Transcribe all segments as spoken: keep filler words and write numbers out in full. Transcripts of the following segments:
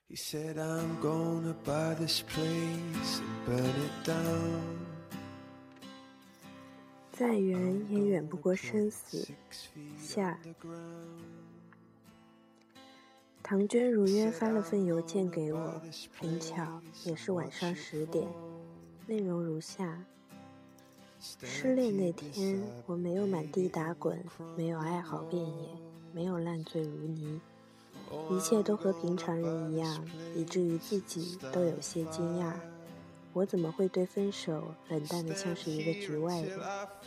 He said, I'm gonna buy this place and burn it down. 再远也远不过生死。下。唐娟如约发了份邮件给我，很巧，也是晚上十点。内容如下：失恋那天，我没有满地打滚，没有哀嚎遍野，没有烂醉如泥，一切都和平常人一样，以至于自己都有些惊讶。我怎么会对分手冷淡得像是一个局外人？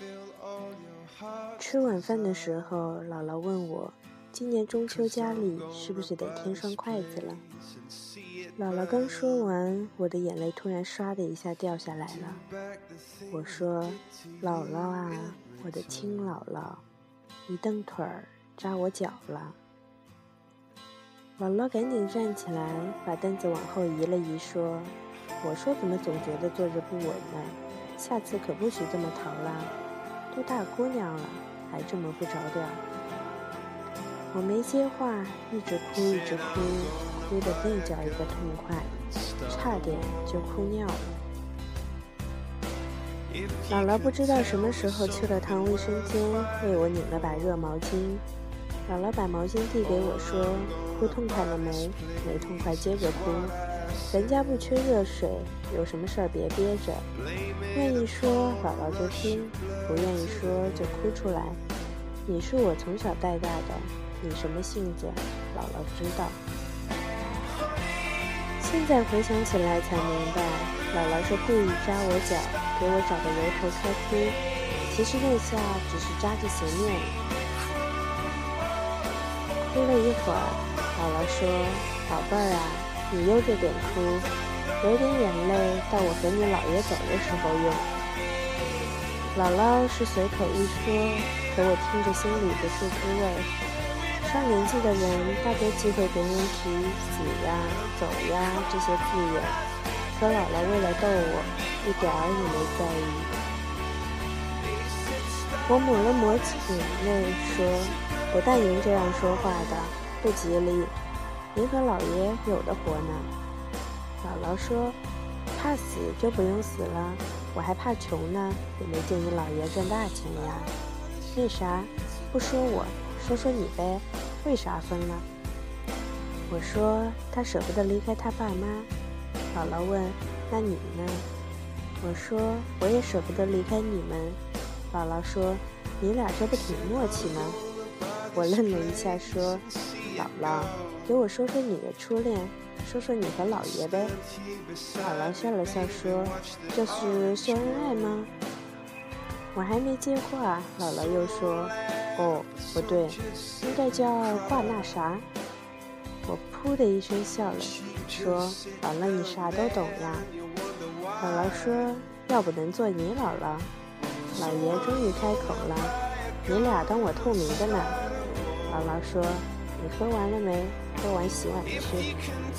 吃晚饭的时候，姥姥问我，今年中秋家里是不是得添双筷子了？姥姥刚说完，我的眼泪突然唰的一下掉下来了。我说，姥姥啊，我的亲姥姥，一蹬腿儿扎我脚了。姥姥赶紧站起来，把凳子往后移了移，说，我说怎么总觉得坐着不稳呢？下次可不许这么逃啦，都大姑娘了，还这么不着调。我没接话，一直哭一直哭，哭得那叫一个痛快，差点就哭尿了。姥姥不知道什么时候去了趟卫生间，为我拧了把热毛巾。姥姥把毛巾递给我，说，哭痛快了没？没痛快接着哭，人家不缺热水，有什么事儿别憋着，愿意说姥姥就听，不愿意说就哭出来。你是我从小带大的，你什么性子姥姥知道。现在回想起来才明白，姥姥是故意扎我脚，给我找个由头开哭，其实那下只是扎着鞋面。哭了一会儿，姥姥说，宝贝儿啊，你悠着点哭，流点眼泪到我和你姥爷走的时候用。姥姥是随口一说，可我听着心里不是滋味。上年纪的人大多忌讳别人提死呀、走呀这些字眼，可姥姥为了逗我，一点儿也没在意。我抹了抹眼泪，说，不但您这样说话的，不吉利，您和姥爷有的活呢。姥姥说，怕死就不用死了，我还怕穷呢，也没见你姥爷赚大钱呀。那啥，不说我，说说你呗，为啥分了？我说，他舍不得离开他爸妈。姥姥问，那你呢？我说，我也舍不得离开你们。姥姥说，你俩这不挺默契吗？我愣了一下，说，姥姥，给我说说你的初恋，说说你和姥爷呗。姥姥笑了笑说，这是秀恩爱吗？我还没接话，姥姥又说，哦，不对，应该叫挂那啥。我噗的一声笑了，说，姥姥你啥都懂呀。姥姥说，要不能做你姥姥。姥爷终于开口了，你俩当我透明的呢。姥姥说，你喝完了没？喝完洗碗去。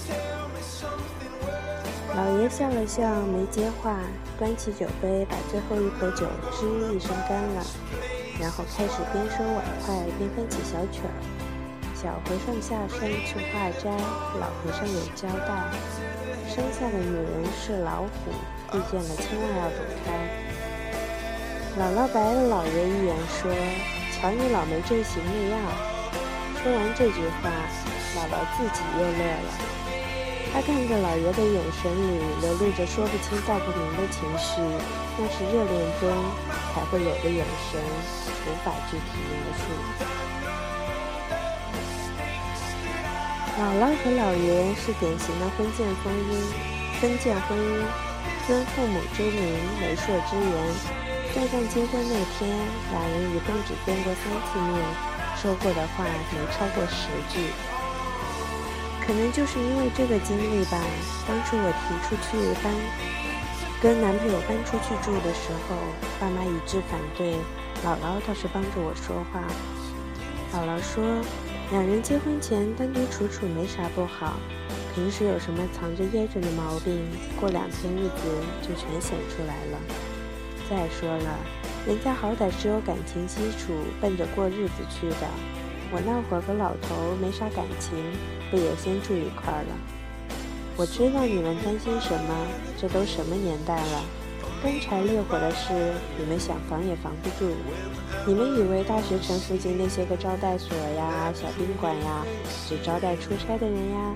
老爷笑了笑，没接话，端起酒杯，把最后一口酒吱一声干了，然后开始边收碗筷边翻起小曲儿。小和尚下山去化斋，老和尚有交代，生下的女人是老虎，遇见了千万要躲开。姥姥白了老爷一眼，说，瞧你老没正形的样。说完这句话，姥姥自己又乐了。她看着老爷的眼神里流露着说不清道不明的情绪，那是热恋中才会有的眼神，无法具体描述。姥姥和老爷是典型的封建婚姻，封建婚姻，尊父母之名，媒妁之言。站上结婚那天，俩人一共只见过三次面，说过的话没超过十句。可能就是因为这个经历吧，当初我提出去搬，跟男朋友搬出去住的时候，爸妈一致反对，姥姥倒是帮着我说话。姥姥说，两人结婚前单独处处没啥不好，平时有什么藏着掖着的毛病，过两天日子就全显出来了。再说了，人家好歹是有感情基础，奔着过日子去的。我那会儿和老头没啥感情，不也先住一块儿了？ 我知道你们担心什么，这都什么年代了，干柴烈火的事，你们想防也防不住。你们以为大学城附近那些个招待所呀、小宾馆呀，只招待出差的人呀？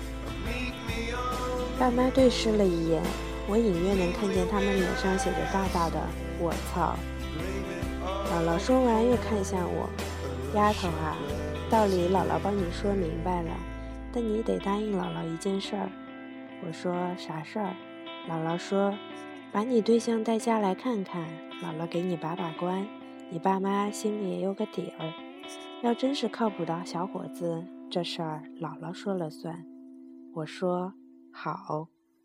爸妈对视了一眼，我隐约能看见他们脸上写着大大的“我操”。姥姥说完又看向我，丫头啊，道理姥姥帮你说明白了，但你得答应姥姥一件事儿。我说啥事儿？姥姥说把你对象带家来看看，姥姥给你把把关，你爸妈心里也有个底儿。要真是靠谱的小伙子，这事儿姥姥说了算。我说好。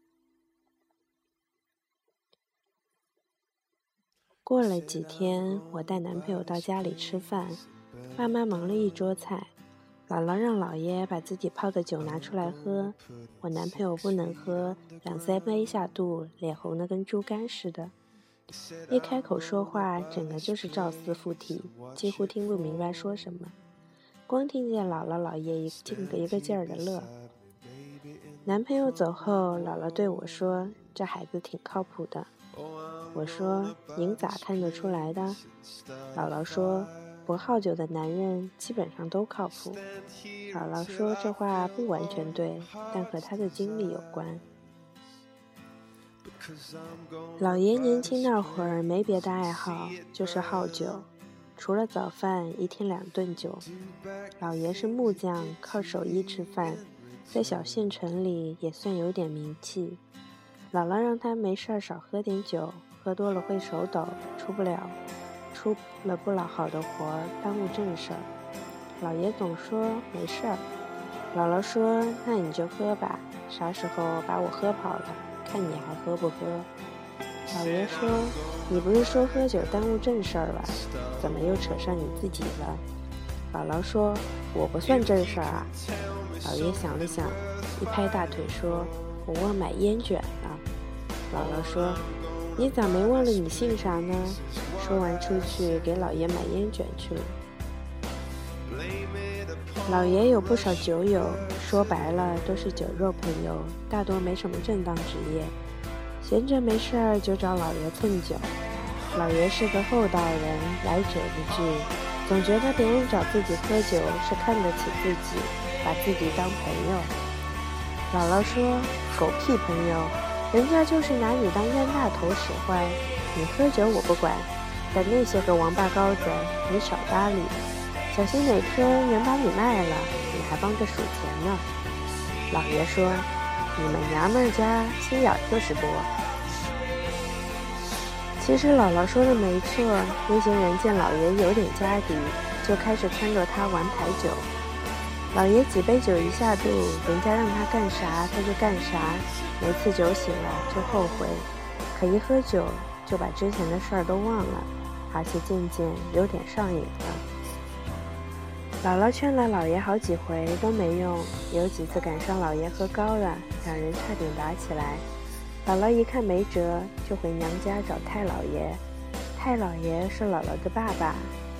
过了几天，我带男朋友到家里吃饭，爸妈忙了一桌菜，姥姥让姥爷把自己泡的酒拿出来喝，我男朋友不能喝，两三杯下肚，脸红得跟猪肝似的。一开口说话，整个就是照撕附体，几乎听不明白说什么，光听见姥姥姥爷一个一个劲儿的乐。男朋友走后，姥姥对我说：“这孩子挺靠谱的。”我说：“您咋看得出来的？”姥姥说：“不好酒的男人基本上都靠谱。”姥姥说这话不完全对，但和他的经历有关。老爷年轻那会儿没别的爱好，就是好酒，除了早饭一天两顿酒。老爷是木匠，靠手艺吃饭，在小县城里也算有点名气。姥姥让他没事少喝点酒，喝多了会手抖，出不了出了不老好的活儿，耽误正事儿。老爷总说没事儿，姥姥说那你就喝吧，啥时候把我喝跑了，看你还喝不喝。老爷说你不是说喝酒耽误正事儿吧，怎么又扯上你自己了？姥姥说我不算正事儿啊。老爷想了想，一拍大腿说我忘买烟卷了。姥姥说你咋没忘了你姓啥呢？说完出去给老爷买烟卷去了。老爷有不少酒友，说白了都是酒肉朋友，大多没什么正当职业，闲着没事儿就找老爷蹭酒。老爷是个厚道人，来者不拒，总觉得别人找自己喝酒是看得起自己，把自己当朋友。姥姥说狗屁朋友，人家就是拿你当冤大头使坏，你喝酒我不管，但那些个王八羔子你少搭理，小心哪天人把你卖了，你还帮着数钱呢。老爷说你们娘们家心眼就是多。其实姥姥说的没错，那些人见老爷有点家底，就开始撺掇他玩牌九。老爷几杯酒一下肚，人家让他干啥他就干啥，每次酒醒了就后悔，可一喝酒就把之前的事儿都忘了，而且渐渐有点上瘾了。姥姥劝了老爷好几回都没用，有几次赶上老爷喝高了，两人差点打起来。姥姥一看没辙，就回娘家找太老爷。太老爷是姥姥的爸爸，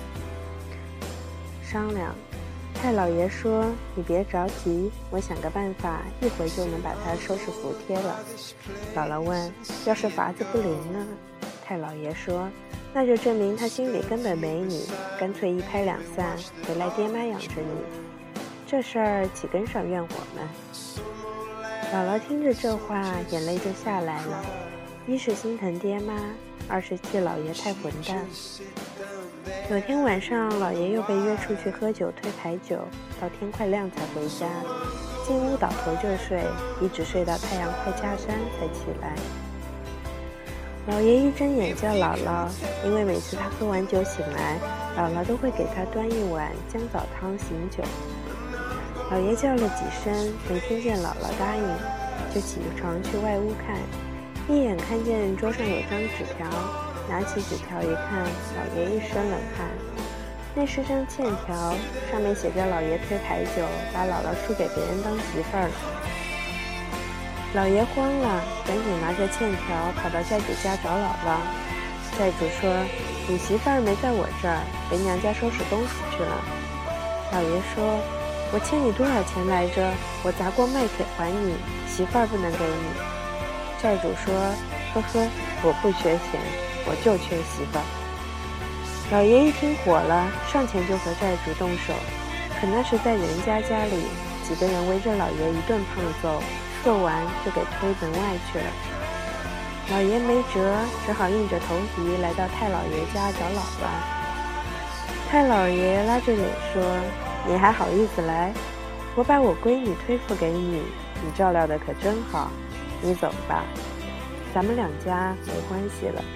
商量。太老爷说你别着急，我想个办法，一会就能把他收拾服帖了。姥姥问要是法子不灵呢？太老爷说那就证明他心里根本没你，干脆一拍两散，回来爹妈养着你，这事儿岂跟上怨我们？姥姥听着这话眼泪就下来了，一是心疼爹妈，二是气老爷太混蛋。有天晚上老爷又被约出去喝酒推牌九，到天快亮才回家，进屋倒头就睡，一直睡到太阳快下山才起来。老爷一睁眼叫姥姥，因为每次他喝完酒醒来，姥姥都会给他端一碗姜枣汤醒酒。老爷叫了几声，没听见姥姥答应，就起床去外屋看，一眼看见桌上有张纸条，拿起纸条一看，老爷一身冷汗。那是张欠条，上面写着老爷推牌九，把姥姥输给别人当媳妇儿了。老爷慌了，赶紧拿着欠条跑到债主家找姥姥。债主说你媳妇儿没在我这儿，回娘家收拾东西去了。老爷说我欠你多少钱来着？我砸锅卖铁还你，媳妇儿不能给你。”债主说：“呵呵，我不缺钱，我就缺媳妇儿。”老爷一听火了，上前就和债主动手。可那是在人家家里，几个人围着老爷一顿胖揍，揍完就给推门外去了。老爷没辙，只好硬着头皮来到太老爷家找姥姥。太老爷拉着脸说：“你还好意思来？我把我闺女推付给你，你照料的可真好。你走吧，咱们两家没关系了。”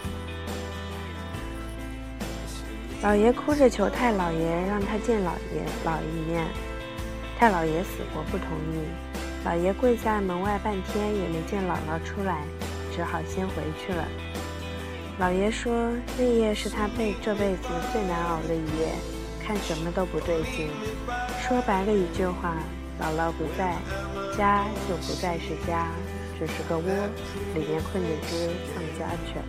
老爷哭着求太老爷让他见老爷老一面，太老爷死活不同意。老爷跪在门外半天也没见姥姥出来，只好先回去了。老爷说那夜是他辈这辈子最难熬的一夜，看什么都不对劲。说白了一句话，姥姥不在，家就不再是家，只是个窝，里面困着只丧家犬。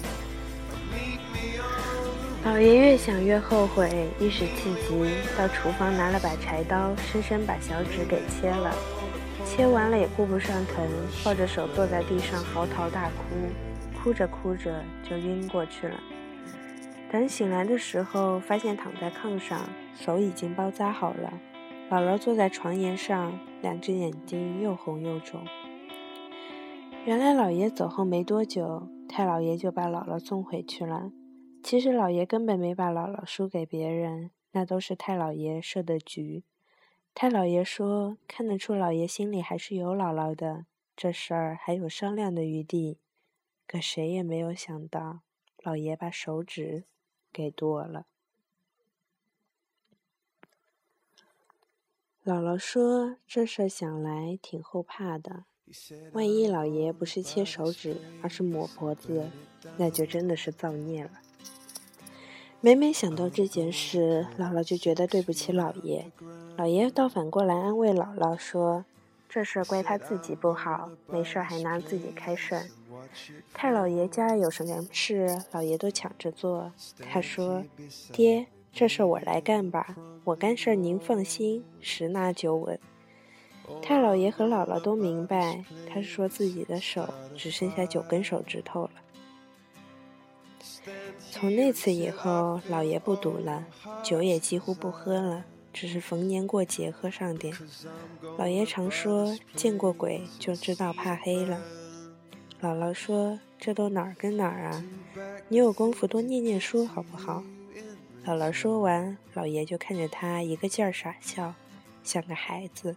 老爷越想越后悔，一时气急，到厨房拿了把柴刀，深深把小指给切了。切完了也顾不上疼，抱着手坐在地上嚎啕大哭，哭着哭着就晕过去了。等醒来的时候，发现躺在炕上，手已经包扎好了。姥姥坐在床沿上，两只眼睛又红又肿。原来老爷走后没多久，太老爷就把姥姥送回去了。其实老爷根本没把姥姥输给别人，那都是太老爷设的局。太老爷说看得出老爷心里还是有姥姥的，这事儿还有商量的余地。可谁也没有想到，老爷把手指给剁了。姥姥说这事儿想来挺后怕的，万一老爷不是切手指，而是抹脖子，那就真的是造孽了。每每想到这件事，姥姥就觉得对不起老爷。老爷倒反过来安慰姥姥说，这事怪他自己不好，没事还拿自己开涮。太老爷家有什么事，老爷都抢着做。他说，爹，这事我来干吧，我干事您放心，十拿九稳。太老爷和姥姥都明白，他说自己的手只剩下九根手指头了。从那次以后，老爷不赌了，酒也几乎不喝了，只是逢年过节喝上点。老爷常说，见过鬼就知道怕黑了。姥姥说，这都哪儿跟哪儿啊，你有功夫多念念书好不好？姥姥说完，老爷就看着他一个劲儿傻笑，像个孩子。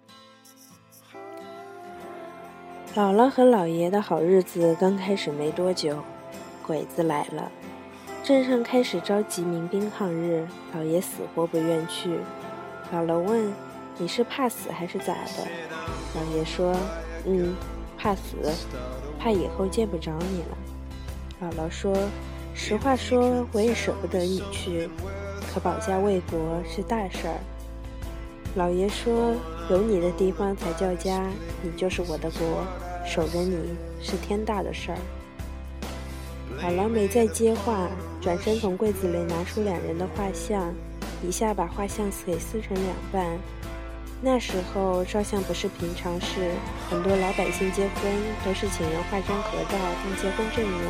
姥姥和老爷的好日子刚开始没多久，鬼子来了。镇上开始召集民兵抗日，老爷死活不愿去。姥姥问，你是怕死还是咋的？老爷说，嗯，怕死，怕以后见不着你了。姥姥说，实话说我也舍不得你去，可保家卫国是大事儿。老爷说，有你的地方才叫家，你就是我的国，守着你是天大的事儿。姥姥没再接话，转身从柜子里拿出两人的画像，一下把画像给撕成两半。那时候照相不是平常事，很多老百姓结婚都是请人画张合照当结婚证用。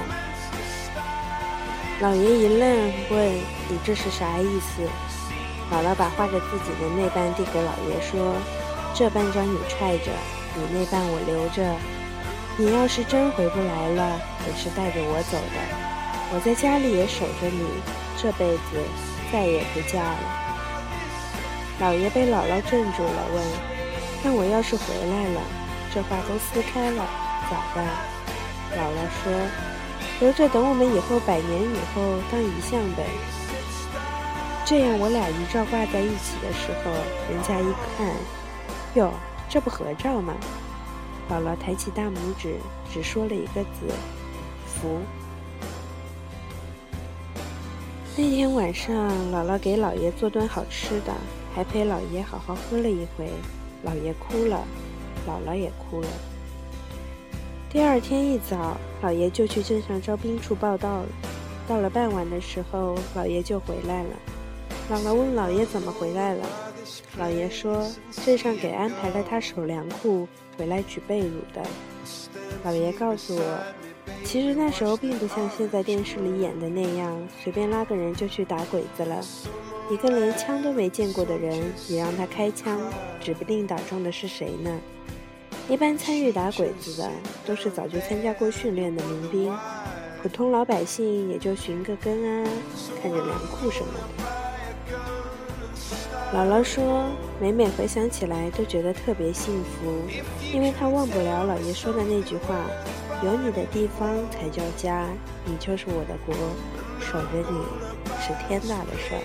老爷一愣，问，你这是啥意思？姥姥把画着自己的那半递给老爷说，这半张你揣着，你那半我留着，你要是真回不来了，也是带着我走的，我在家里也守着你，这辈子再也不嫁了。老爷被姥姥镇住了，问，那我要是回来了，这话都撕开了，咋办？姥姥说，留着等我们以后百年以后当遗像呗。这样我俩遗照挂在一起的时候，人家一看，哟，这不合照吗？姥姥抬起大拇指，只说了一个字，福。那天晚上，姥姥给老爷做顿好吃的，还陪老爷好好喝了一回。老爷哭了，姥姥也哭了。第二天一早，老爷就去镇上招兵处报到了。到了傍晚的时候，老爷就回来了。姥姥问老爷怎么回来了， 老爷说镇上给安排了他守粮库回来举被褥的。老爷告诉我，其实那时候并不像现在电视里演的那样，随便拉个人就去打鬼子了。一个连枪都没见过的人也让他开枪，指不定打中的是谁呢。一般参与打鬼子的都是早就参加过训练的民兵，普通老百姓也就寻个根啊，看着粮库什么的。姥姥说，每每回想起来都觉得特别幸福，因为她忘不了姥爷说的那句话，有你的地方才叫家，你就是我的国，守着你是天大的事儿。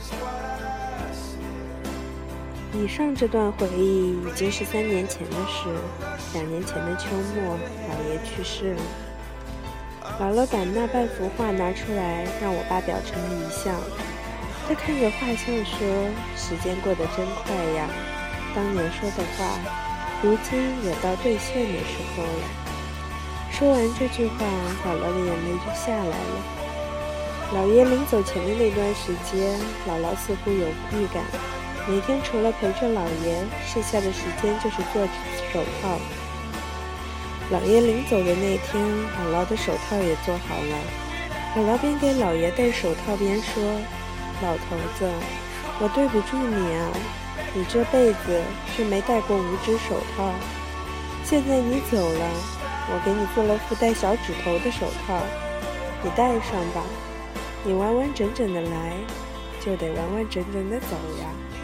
以上这段回忆已经是三年前的事，两年前的秋末，姥爷去世了。姥姥把那半幅画拿出来，让我爸裱成了遗像。他看着画像说，时间过得真快呀，当年说的话如今也到兑现的时候了。说完这句话，姥姥的眼泪就下来了。姥爷临走前的那段时间，姥姥似乎有预感，每天除了陪着姥爷，剩下的时间就是做手套。姥爷临走的那天，姥姥的手套也做好了。姥姥边给姥爷戴手套边说，老头子，我对不住你啊，你这辈子是没戴过五指手套，现在你走了，我给你做了副带小指头的手套，你戴上吧，你完完整整的来，就得完完整整的走呀。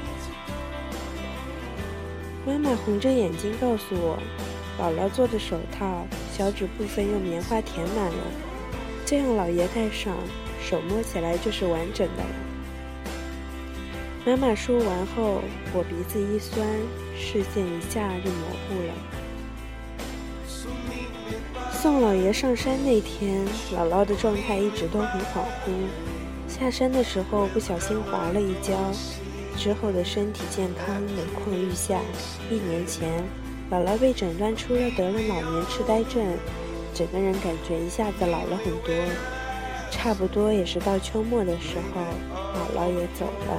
妈妈红着眼睛告诉我，姥姥做的手套小指部分用棉花填满了，这样姥爷戴上手摸起来就是完整的了。妈妈说完后，我鼻子一酸，视线一下就模糊了。送姥爷上山那天，姥姥的状态一直都很恍惚，下山的时候不小心滑了一跤，之后的身体健康每况愈下。一年前，姥姥被诊断出了得了老年痴呆症，整个人感觉一下子老了很多。差不多也是到秋末的时候，姥姥也走了。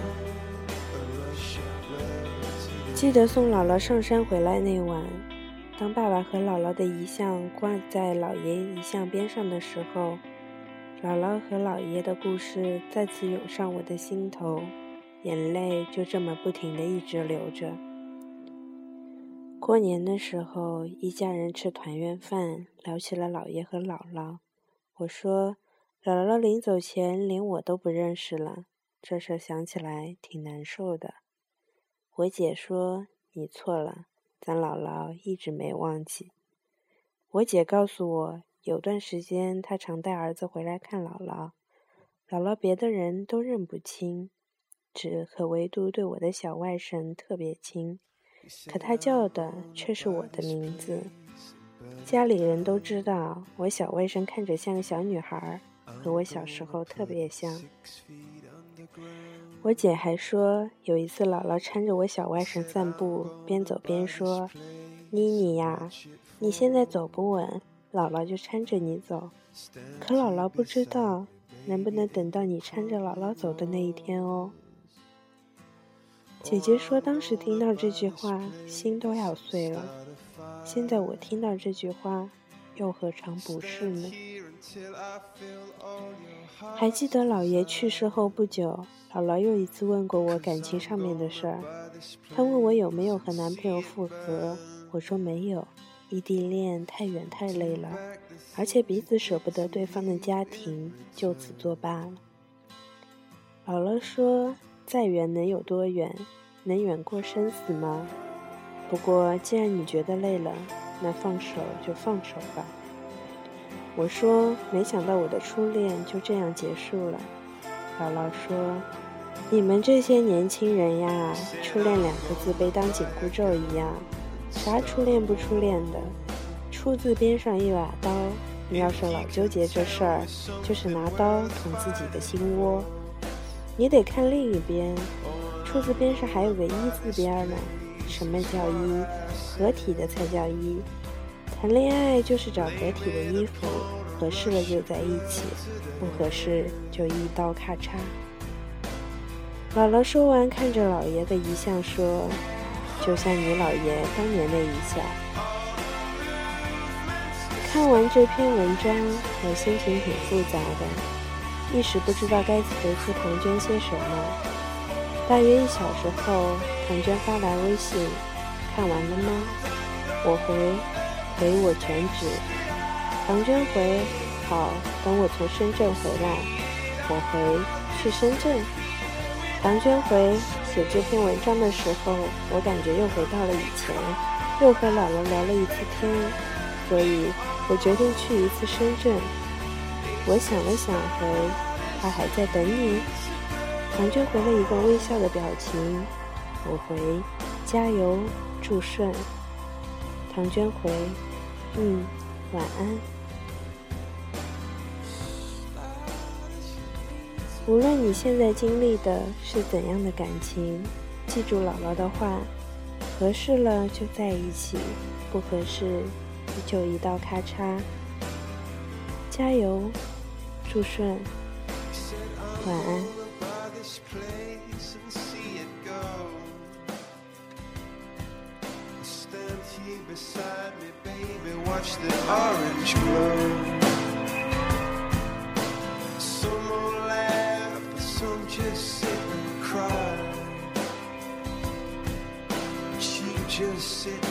记得送姥姥上山回来那晚，当爸爸和姥姥的遗像挂在姥爷遗像边上的时候，姥姥和姥爷的故事再次涌上我的心头，眼泪就这么不停地一直流着。过年的时候，一家人吃团圆饭，聊起了姥爷和姥姥。我说，姥姥临走前连我都不认识了，这事想起来挺难受的。我姐说，你错了，咱姥姥一直没忘记。我姐告诉我，有段时间她常带儿子回来看姥姥，姥姥别的人都认不清，只可唯独对我的小外甥特别亲，可她叫的却是我的名字。家里人都知道，我小外甥看着像个小女孩，和我小时候特别像。我姐还说，有一次姥姥搀着我小外甥散步，边走边说，妮妮呀，你现在走不稳，姥姥就搀着你走，可姥姥不知道能不能等到你搀着姥姥走的那一天哦。姐姐说，当时听到这句话心都要碎了，现在我听到这句话又何尝不是呢？还记得姥爷去世后不久，姥姥又一次问过我感情上面的事儿。她问我有没有和男朋友复合，我说没有，异地恋太远太累了，而且彼此舍不得对方的家庭，就此作罢了。姥姥说，再远能有多远，能远过生死吗？不过既然你觉得累了，那放手就放手吧。我说，没想到我的初恋就这样结束了。姥姥说，你们这些年轻人呀，初恋两个字被当紧箍咒一样，啥初恋不初恋的，初字边上一把刀，你要是老纠结这事儿，就是拿刀捅自己的心窝。你得看另一边，初字边上还有个一字边呢，什么叫一？合体的才叫一。谈恋爱就是找合体的衣服，合适了就在一起，不合适就一刀咔嚓。 姥姥说完，看着老爷的遗像说，就像你老爷当年的遗像。看完这篇文章，我心情挺复杂的，一时不知道该回复唐娟些什么。大约一小时后，唐娟发来微信，看完了吗？我回，回我全纸。唐娟回，好，等我从深圳回来。我回，去深圳。唐娟回，写这篇文章的时候，我感觉又回到了以前，又和姥姥聊了一次天，所以我决定去一次深圳。我想了想回，他还在等你？唐娟回了一个微笑的表情。我回，加油，祝顺。唐娟回，嗯，晚安。无论你现在经历的是怎样的感情，记住姥姥的话，合适了就在一起，不合适就一刀咔嚓。加油，祝顺，晚安。 Just sit and cry. She just sit